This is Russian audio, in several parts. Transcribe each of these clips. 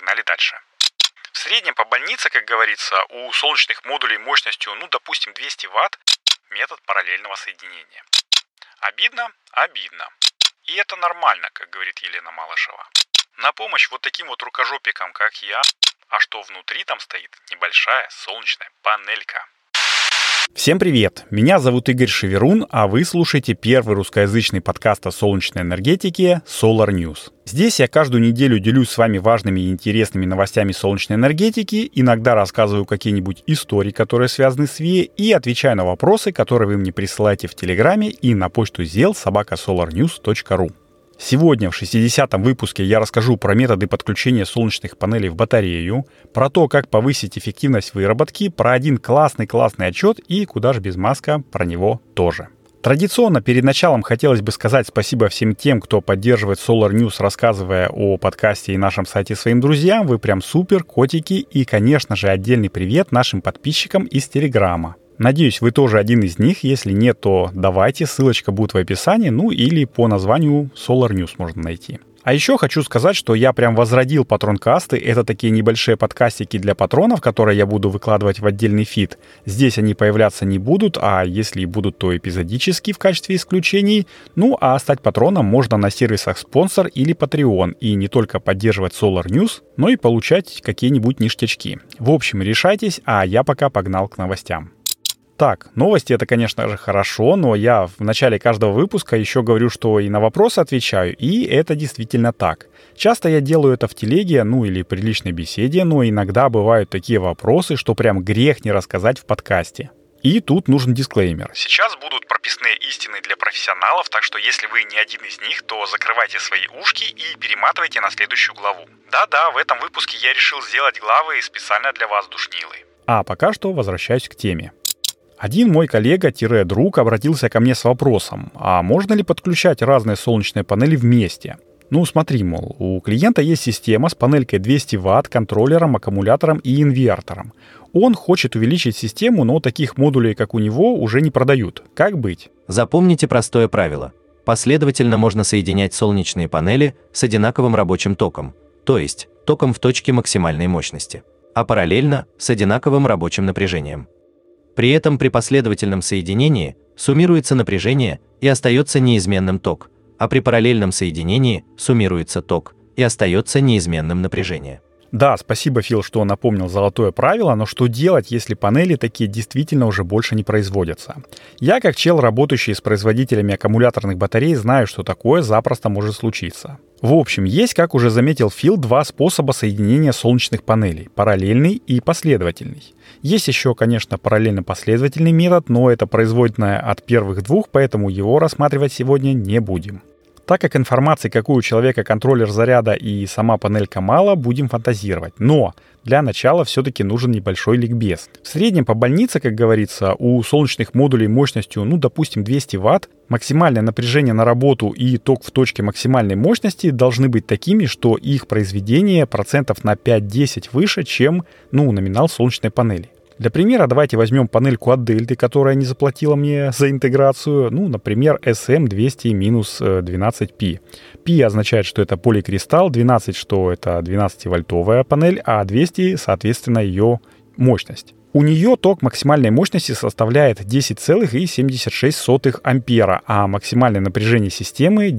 Погнали дальше. В среднем по больнице, как говорится, у солнечных модулей мощностью, допустим, 200 Вт, метод параллельного соединения. Обидно? Обидно. И это нормально, как говорит Елена Малышева. На помощь вот таким вот рукожопикам, как я, а что внутри там стоит небольшая солнечная панелька. Всем привет! Меня зовут Игорь Шеверун, а вы слушаете первый русскоязычный подкаст о солнечной энергетике Solar News. Здесь я каждую неделю делюсь с вами важными и интересными новостями солнечной энергетики, иногда рассказываю какие-нибудь истории, которые связаны с ВИЭ, и отвечаю на вопросы, которые вы мне присылаете в Телеграме и на почту zell@solarnews.ru. Сегодня в 60-м выпуске я расскажу про методы подключения солнечных панелей в батарею, про то, как повысить эффективность выработки, про один классный отчет и куда же без маска, про него тоже. Традиционно перед началом хотелось бы сказать спасибо всем тем, кто поддерживает Solar News, рассказывая о подкасте и нашем сайте своим друзьям. Вы прям супер, котики. И, конечно же, отдельный привет нашим подписчикам из Телеграма. Надеюсь, вы тоже один из них. Если нет, то давайте, ссылочка будет в описании, или по названию Solar News можно найти. А еще хочу сказать, что я прям возродил патронкасты. Это такие небольшие подкастики для патронов, которые я буду выкладывать в отдельный фид. Здесь они появляться не будут, а если и будут, то эпизодически в качестве исключений. А стать патроном можно на сервисах Sponsor или Patreon. И не только поддерживать Solar News, но и получать какие-нибудь ништячки. В общем, решайтесь, а я пока погнал к новостям. Так, новости — это, конечно же, хорошо, но я в начале каждого выпуска еще говорю, что и на вопросы отвечаю, и это действительно так. Часто я делаю это в телеге, или при личной беседе, но иногда бывают такие вопросы, что прям грех не рассказать в подкасте. И тут нужен дисклеймер. Сейчас будут прописные истины для профессионалов, так что если вы не один из них, то закрывайте свои ушки и перематывайте на следующую главу. Да-да, в этом выпуске я решил сделать главы специально для вас, душнилы. А пока что возвращаюсь к теме. Один мой коллега-друг обратился ко мне с вопросом, а можно ли подключать разные солнечные панели вместе? Смотри, мол, у клиента есть система с панелькой 200 Вт, контроллером, аккумулятором и инвертором. Он хочет увеличить систему, но таких модулей, как у него, уже не продают. Как быть? Запомните простое правило. Последовательно можно соединять солнечные панели с одинаковым рабочим током, то есть током в точке максимальной мощности, а параллельно с одинаковым рабочим напряжением. При этом при последовательном соединении суммируется напряжение и остается неизменным ток, а при параллельном соединении суммируется ток и остается неизменным напряжение. Да, спасибо, Фил, что напомнил золотое правило, но что делать, если панели такие действительно уже больше не производятся? Я, как чел, работающий с производителями аккумуляторных батарей, знаю, что такое запросто может случиться. В общем, есть, как уже заметил Фил, два способа соединения солнечных панелей – параллельный и последовательный. Есть еще, конечно, параллельно-последовательный метод, но это производная от первых двух, поэтому его рассматривать сегодня не будем. Так как информации, какой у человека контроллер заряда и сама панелька, мало, будем фантазировать. Но для начала все-таки нужен небольшой ликбез. В среднем по больнице, как говорится, у солнечных модулей мощностью, допустим, 200 Вт, максимальное напряжение на работу и ток в точке максимальной мощности должны быть такими, что их произведение процентов на 5-10 выше, чем номинал солнечной панели. Для примера давайте возьмем панельку от Дельты, которая не заплатила мне за интеграцию, например, SM200-12P. P означает, что это поликристалл, 12, что это 12-вольтовая панель, а 200, соответственно, ее мощность. У нее ток максимальной мощности составляет 10,76 ампера, а максимальное напряжение системы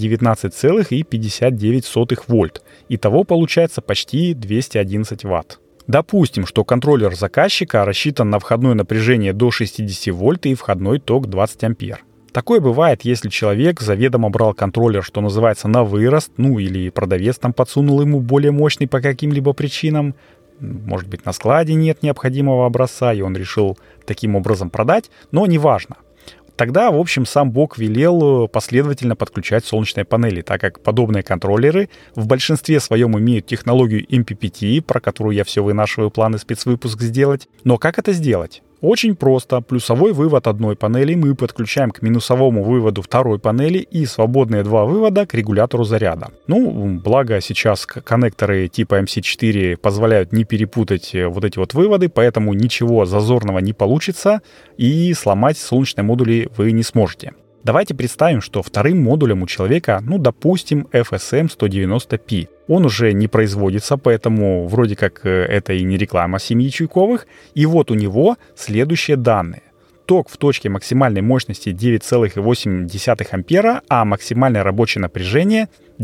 19,59 вольт. Итого получается почти 211 Вт. Допустим, что контроллер заказчика рассчитан на входное напряжение до 60 вольт и входной ток 20 ампер. Такое бывает, если человек заведомо брал контроллер, что называется, на вырост, или продавец там подсунул ему более мощный по каким-либо причинам. Может быть, на складе нет необходимого образца, и он решил таким образом продать, но неважно. Тогда, в общем, сам Бог велел последовательно подключать солнечные панели, так как подобные контроллеры в большинстве своем имеют технологию MPPT, про которую я все вынашиваю планы спецвыпуск сделать. Но как это сделать? Очень просто. Плюсовой вывод одной панели мы подключаем к минусовому выводу второй панели и свободные два вывода к регулятору заряда. Благо сейчас коннекторы типа MC4 позволяют не перепутать вот эти вот выводы, поэтому ничего зазорного не получится и сломать солнечные модули вы не сможете. Давайте представим, что вторым модулем у человека, допустим, FSM 190p. Он уже не производится, поэтому вроде как это и не реклама семьи Чуйковых. И вот у него следующие данные. Ток в точке максимальной мощности 9,8 ампера, а максимальное рабочее напряжение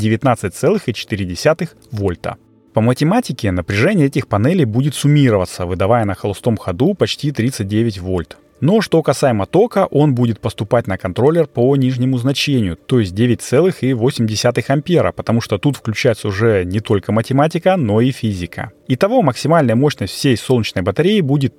19,4 вольта. По математике напряжение этих панелей будет суммироваться, выдавая на холостом ходу почти 39 вольт. Но что касаемо тока, он будет поступать на контроллер по нижнему значению, то есть 9,8 ампера, потому что тут включается уже не только математика, но и физика. Итого максимальная мощность всей солнечной батареи будет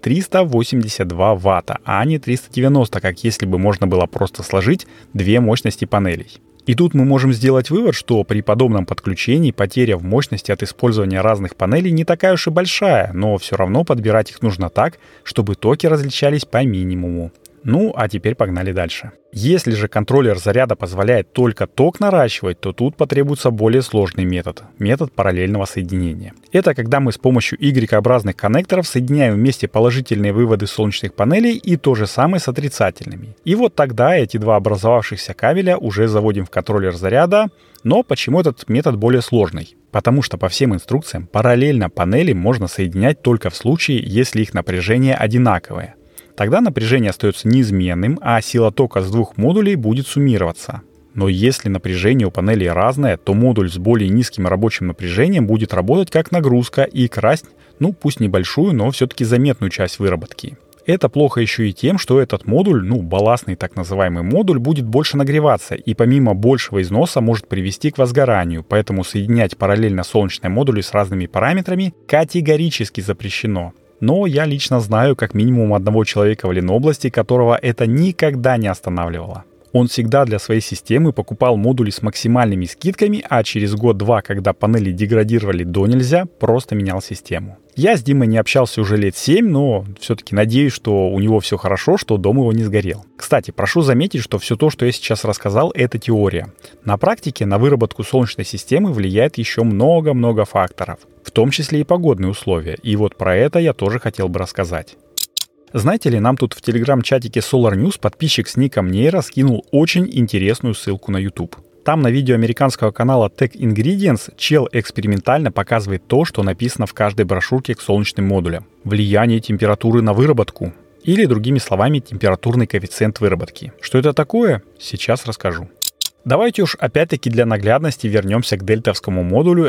382 ватта, а не 390, как если бы можно было просто сложить две мощности панелей. И тут мы можем сделать вывод, что при подобном подключении потеря в мощности от использования разных панелей не такая уж и большая, но все равно подбирать их нужно так, чтобы токи различались по минимуму. А теперь погнали дальше. Если же контроллер заряда позволяет только ток наращивать, то тут потребуется более сложный метод параллельного соединения. Это когда мы с помощью Y-образных коннекторов соединяем вместе положительные выводы солнечных панелей и то же самое с отрицательными. И вот тогда эти два образовавшихся кабеля уже заводим в контроллер заряда. Но почему этот метод более сложный? Потому что по всем инструкциям параллельно панели можно соединять только в случае, если их напряжение одинаковое. Тогда напряжение остается неизменным, а сила тока с двух модулей будет суммироваться. Но если напряжение у панелей разное, то модуль с более низким рабочим напряжением будет работать как нагрузка и красть, пусть небольшую, но все-таки заметную часть выработки. Это плохо еще и тем, что этот модуль, балластный так называемый модуль, будет больше нагреваться и помимо большего износа может привести к возгоранию, поэтому соединять параллельно солнечные модули с разными параметрами категорически запрещено. Но я лично знаю как минимум одного человека в Ленобласти, которого это никогда не останавливало. Он всегда для своей системы покупал модули с максимальными скидками, а через год-два, когда панели деградировали до нельзя, просто менял систему. Я с Димой не общался уже лет 7, но все-таки надеюсь, что у него все хорошо, что дом его не сгорел. Кстати, прошу заметить, что все то, что я сейчас рассказал, это теория. На практике на выработку солнечной системы влияет еще много-много факторов, в том числе и погодные условия. И вот про это я тоже хотел бы рассказать. Знаете ли, нам тут в телеграм-чатике Solar News подписчик с ником Нейра скинул очень интересную ссылку на YouTube. Там на видео американского канала Tech Ingredients чел экспериментально показывает то, что написано в каждой брошюрке к солнечным модулям. Влияние температуры на выработку. Или, другими словами, температурный коэффициент выработки. Что это такое? Сейчас расскажу. Давайте уж опять-таки для наглядности вернемся к дельтовскому модулю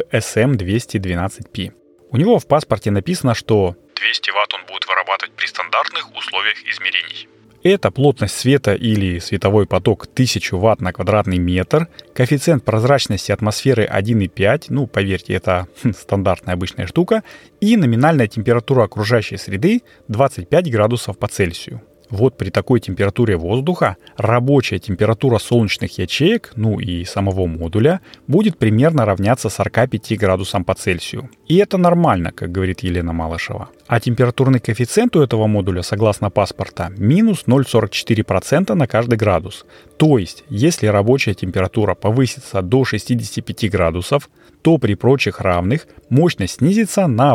SM212P. У него в паспорте написано, что 200 Вт он будет вырабатывать при стандартных условиях измерений. Это плотность света или световой поток 1000 Вт на квадратный метр, коэффициент прозрачности атмосферы 1,5, поверьте, это стандартная обычная штука, и номинальная температура окружающей среды 25 градусов по Цельсию. Вот при такой температуре воздуха рабочая температура солнечных ячеек, и самого модуля, будет примерно равняться 45 градусам по Цельсию. И это нормально, как говорит Елена Малышева. А температурный коэффициент у этого модуля, согласно паспорта, минус 0,44% на каждый градус. То есть, если рабочая температура повысится до 65 градусов, то при прочих равных мощность снизится на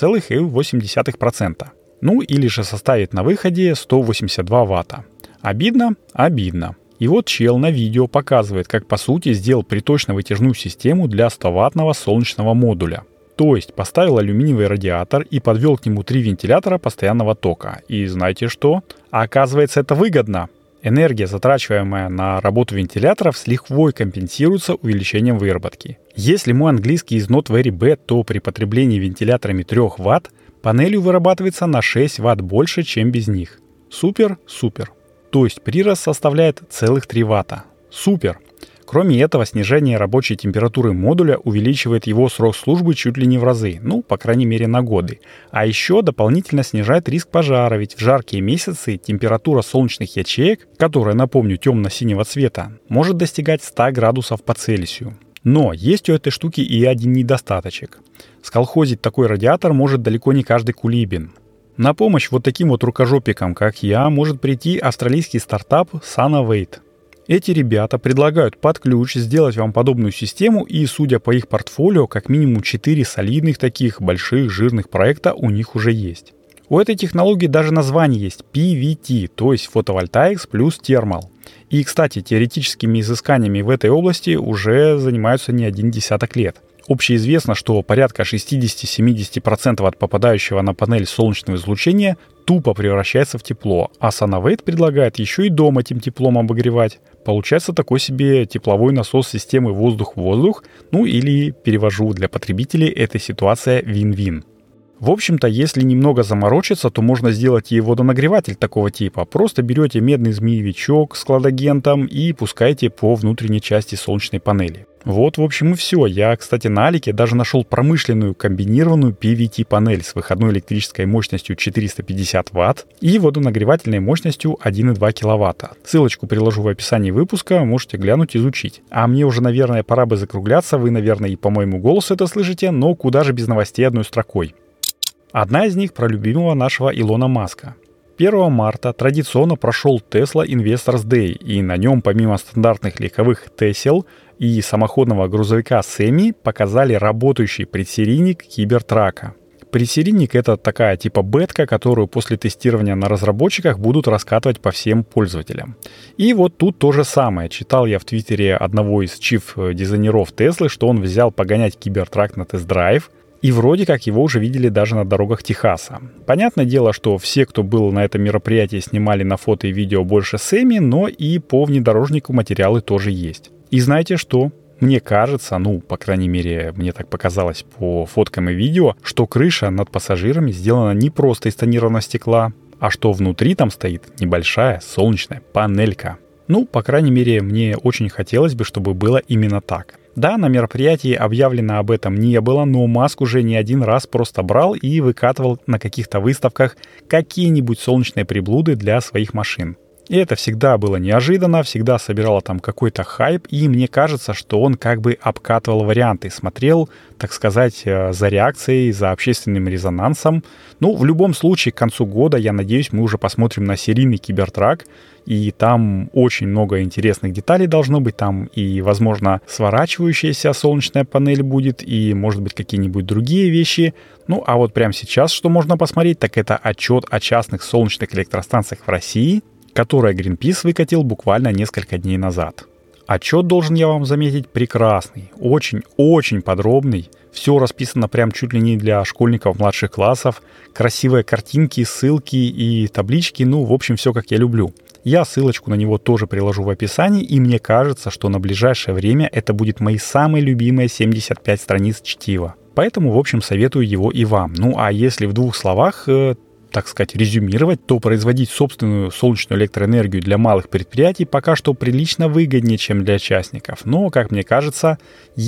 8,8%. Или же составит на выходе 182 ватта. Обидно? Обидно. И вот чел на видео показывает, как по сути сделал приточно-вытяжную систему для 100-ваттного солнечного модуля. То есть поставил алюминиевый радиатор и подвел к нему 3 вентилятора постоянного тока. И знаете что? Оказывается, это выгодно. Энергия, затрачиваемая на работу вентиляторов, с лихвой компенсируется увеличением выработки. Если мой английский is not very bad, то при потреблении вентиляторами 3 Вт панелью вырабатывается на 6 Вт больше, чем без них. Супер. То есть прирост составляет целых 3 Вт. Супер! Кроме этого, снижение рабочей температуры модуля увеличивает его срок службы чуть ли не в разы, по крайней мере на годы. А еще дополнительно снижает риск пожара, ведь в жаркие месяцы температура солнечных ячеек, которая, напомню, темно-синего цвета, может достигать 100 градусов по Цельсию. Но есть у этой штуки и один недостаточек. Сколхозить такой радиатор может далеко не каждый кулибин. На помощь вот таким вот рукожопикам, как я, может прийти австралийский стартап Sanawait. Эти ребята предлагают под ключ сделать вам подобную систему, и, судя по их портфолио, как минимум 4 солидных таких больших жирных проекта у них уже есть. У этой технологии даже название есть PVT, то есть Photovoltaics плюс Thermal. И, кстати, теоретическими изысканиями в этой области уже занимаются не один десяток лет. Общеизвестно, что порядка 60-70% от попадающего на панель солнечного излучения тупо превращается в тепло, а Sonovate предлагает еще и дом этим теплом обогревать. Получается такой себе тепловой насос системы воздух-воздух, ну или, перевожу для потребителей, эта ситуация вин-вин. В общем-то, если немного заморочиться, то можно сделать и водонагреватель такого типа. Просто берете медный змеевичок с кладагентом и пускаете по внутренней части солнечной панели. Вот, в общем, и все. Я, кстати, на Алике даже нашел промышленную комбинированную PVT-панель с выходной электрической мощностью 450 Вт и водонагревательной мощностью 1,2 кВт. Ссылочку приложу в описании выпуска, можете глянуть, изучить. А мне уже, наверное, пора бы закругляться. Вы, наверное, и по моему голосу это слышите, но куда же без новостей одной строкой. Одна из них про любимого нашего Илона Маска. 1 марта традиционно прошел Tesla Investors Day, и на нем помимо стандартных легковых Tesla и самоходного грузовика Semi показали работающий предсерийник Кибертрака. Предсерийник — это такая типа бетка, которую после тестирования на разработчиках будут раскатывать по всем пользователям. И вот тут то же самое. Читал я в Твиттере одного из чиф-дизайнеров Теслы, что он взял погонять Кибертрак на тест-драйв, и вроде как его уже видели даже на дорогах Техаса. Понятное дело, что все, кто был на этом мероприятии, снимали на фото и видео больше Сэмми, но и по внедорожнику материалы тоже есть. И знаете что? Мне кажется, по крайней мере, мне так показалось по фоткам и видео, что крыша над пассажирами сделана не просто из тонированного стекла, а что внутри там стоит небольшая солнечная панелька. По крайней мере, мне очень хотелось бы, чтобы было именно так. Да, на мероприятии объявлено об этом не было, но Маск уже не один раз просто брал и выкатывал на каких-то выставках какие-нибудь солнечные приблуды для своих машин. И это всегда было неожиданно, всегда собирало там какой-то хайп, и мне кажется, что он как бы обкатывал варианты, смотрел, так сказать, за реакцией, за общественным резонансом. В любом случае, к концу года, я надеюсь, мы уже посмотрим на серийный Кибертрак, и там очень много интересных деталей должно быть, там и, возможно, сворачивающаяся солнечная панель будет, и, может быть, какие-нибудь другие вещи. А вот прямо сейчас, что можно посмотреть, так это отчет о частных солнечных электростанциях в России, которое Greenpeace выкатил буквально несколько дней назад. Отчет, должен я вам заметить, прекрасный, очень-очень подробный. Все расписано прям чуть ли не для школьников младших классов. Красивые картинки, ссылки и таблички. В общем, все как я люблю. Я ссылочку на него тоже приложу в описании, и мне кажется, что на ближайшее время это будет мои самые любимые 75 страниц чтива. Поэтому, в общем, советую его и вам. А если в двух словах, так сказать, резюмировать, то производить собственную солнечную электроэнергию для малых предприятий пока что прилично выгоднее, чем для частников. Но, как мне кажется,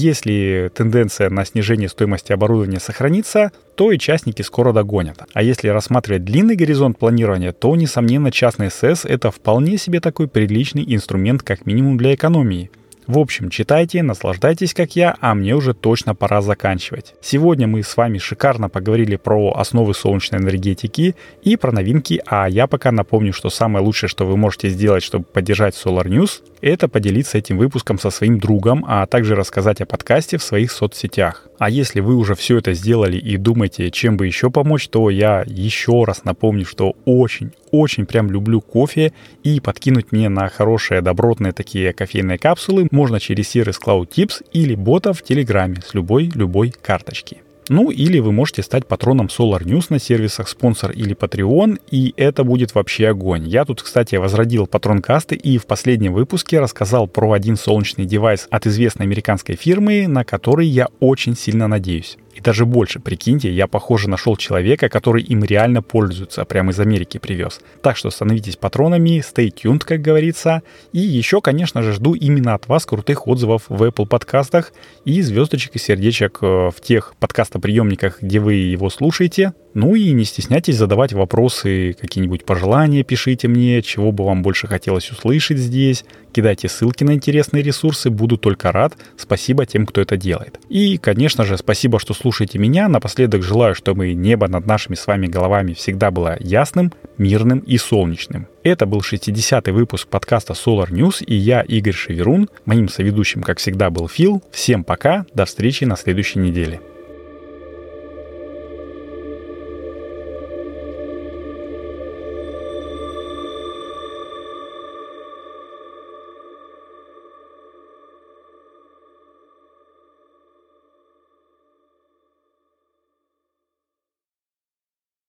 если тенденция на снижение стоимости оборудования сохранится, то и частники скоро догонят. А если рассматривать длинный горизонт планирования, то, несомненно, частный СС — это вполне себе такой приличный инструмент, как минимум для экономии. В общем, читайте, наслаждайтесь, как я, а мне уже точно пора заканчивать. Сегодня мы с вами шикарно поговорили про основы солнечной энергетики и про новинки, а я пока напомню, что самое лучшее, что вы можете сделать, чтобы поддержать Solar News, это поделиться этим выпуском со своим другом, а также рассказать о подкасте в своих соцсетях. А если вы уже все это сделали и думаете, чем бы еще помочь, то я еще раз напомню, что очень прям люблю кофе, и подкинуть мне на хорошие добротные такие кофейные капсулы можно через сервис Cloud Tips или бота в Телеграме с любой карточки. Или вы можете стать патроном Solar News на сервисах Sponsor или Patreon, и это будет вообще огонь. Я тут, кстати, возродил патронкасты и в последнем выпуске рассказал про один солнечный девайс от известной американской фирмы, на который я очень сильно надеюсь. И даже больше, прикиньте, я, похоже, нашел человека, который им реально пользуется, прямо из Америки привез. Так что становитесь патронами, stay tuned, как говорится. И еще, конечно же, жду именно от вас крутых отзывов в Apple подкастах и звездочек и сердечек в тех подкастоприемниках, где вы его слушаете. И не стесняйтесь задавать вопросы, какие-нибудь пожелания пишите мне, чего бы вам больше хотелось услышать здесь. Кидайте ссылки на интересные ресурсы, буду только рад. Спасибо тем, кто это делает. И, конечно же, спасибо, что слушаете меня. Напоследок желаю, чтобы небо над нашими с вами головами всегда было ясным, мирным и солнечным. Это был 60-й выпуск подкаста Solar News, и я, Игорь Шеверун. Моим соведущим, как всегда, был Фил. Всем пока, до встречи на следующей неделе.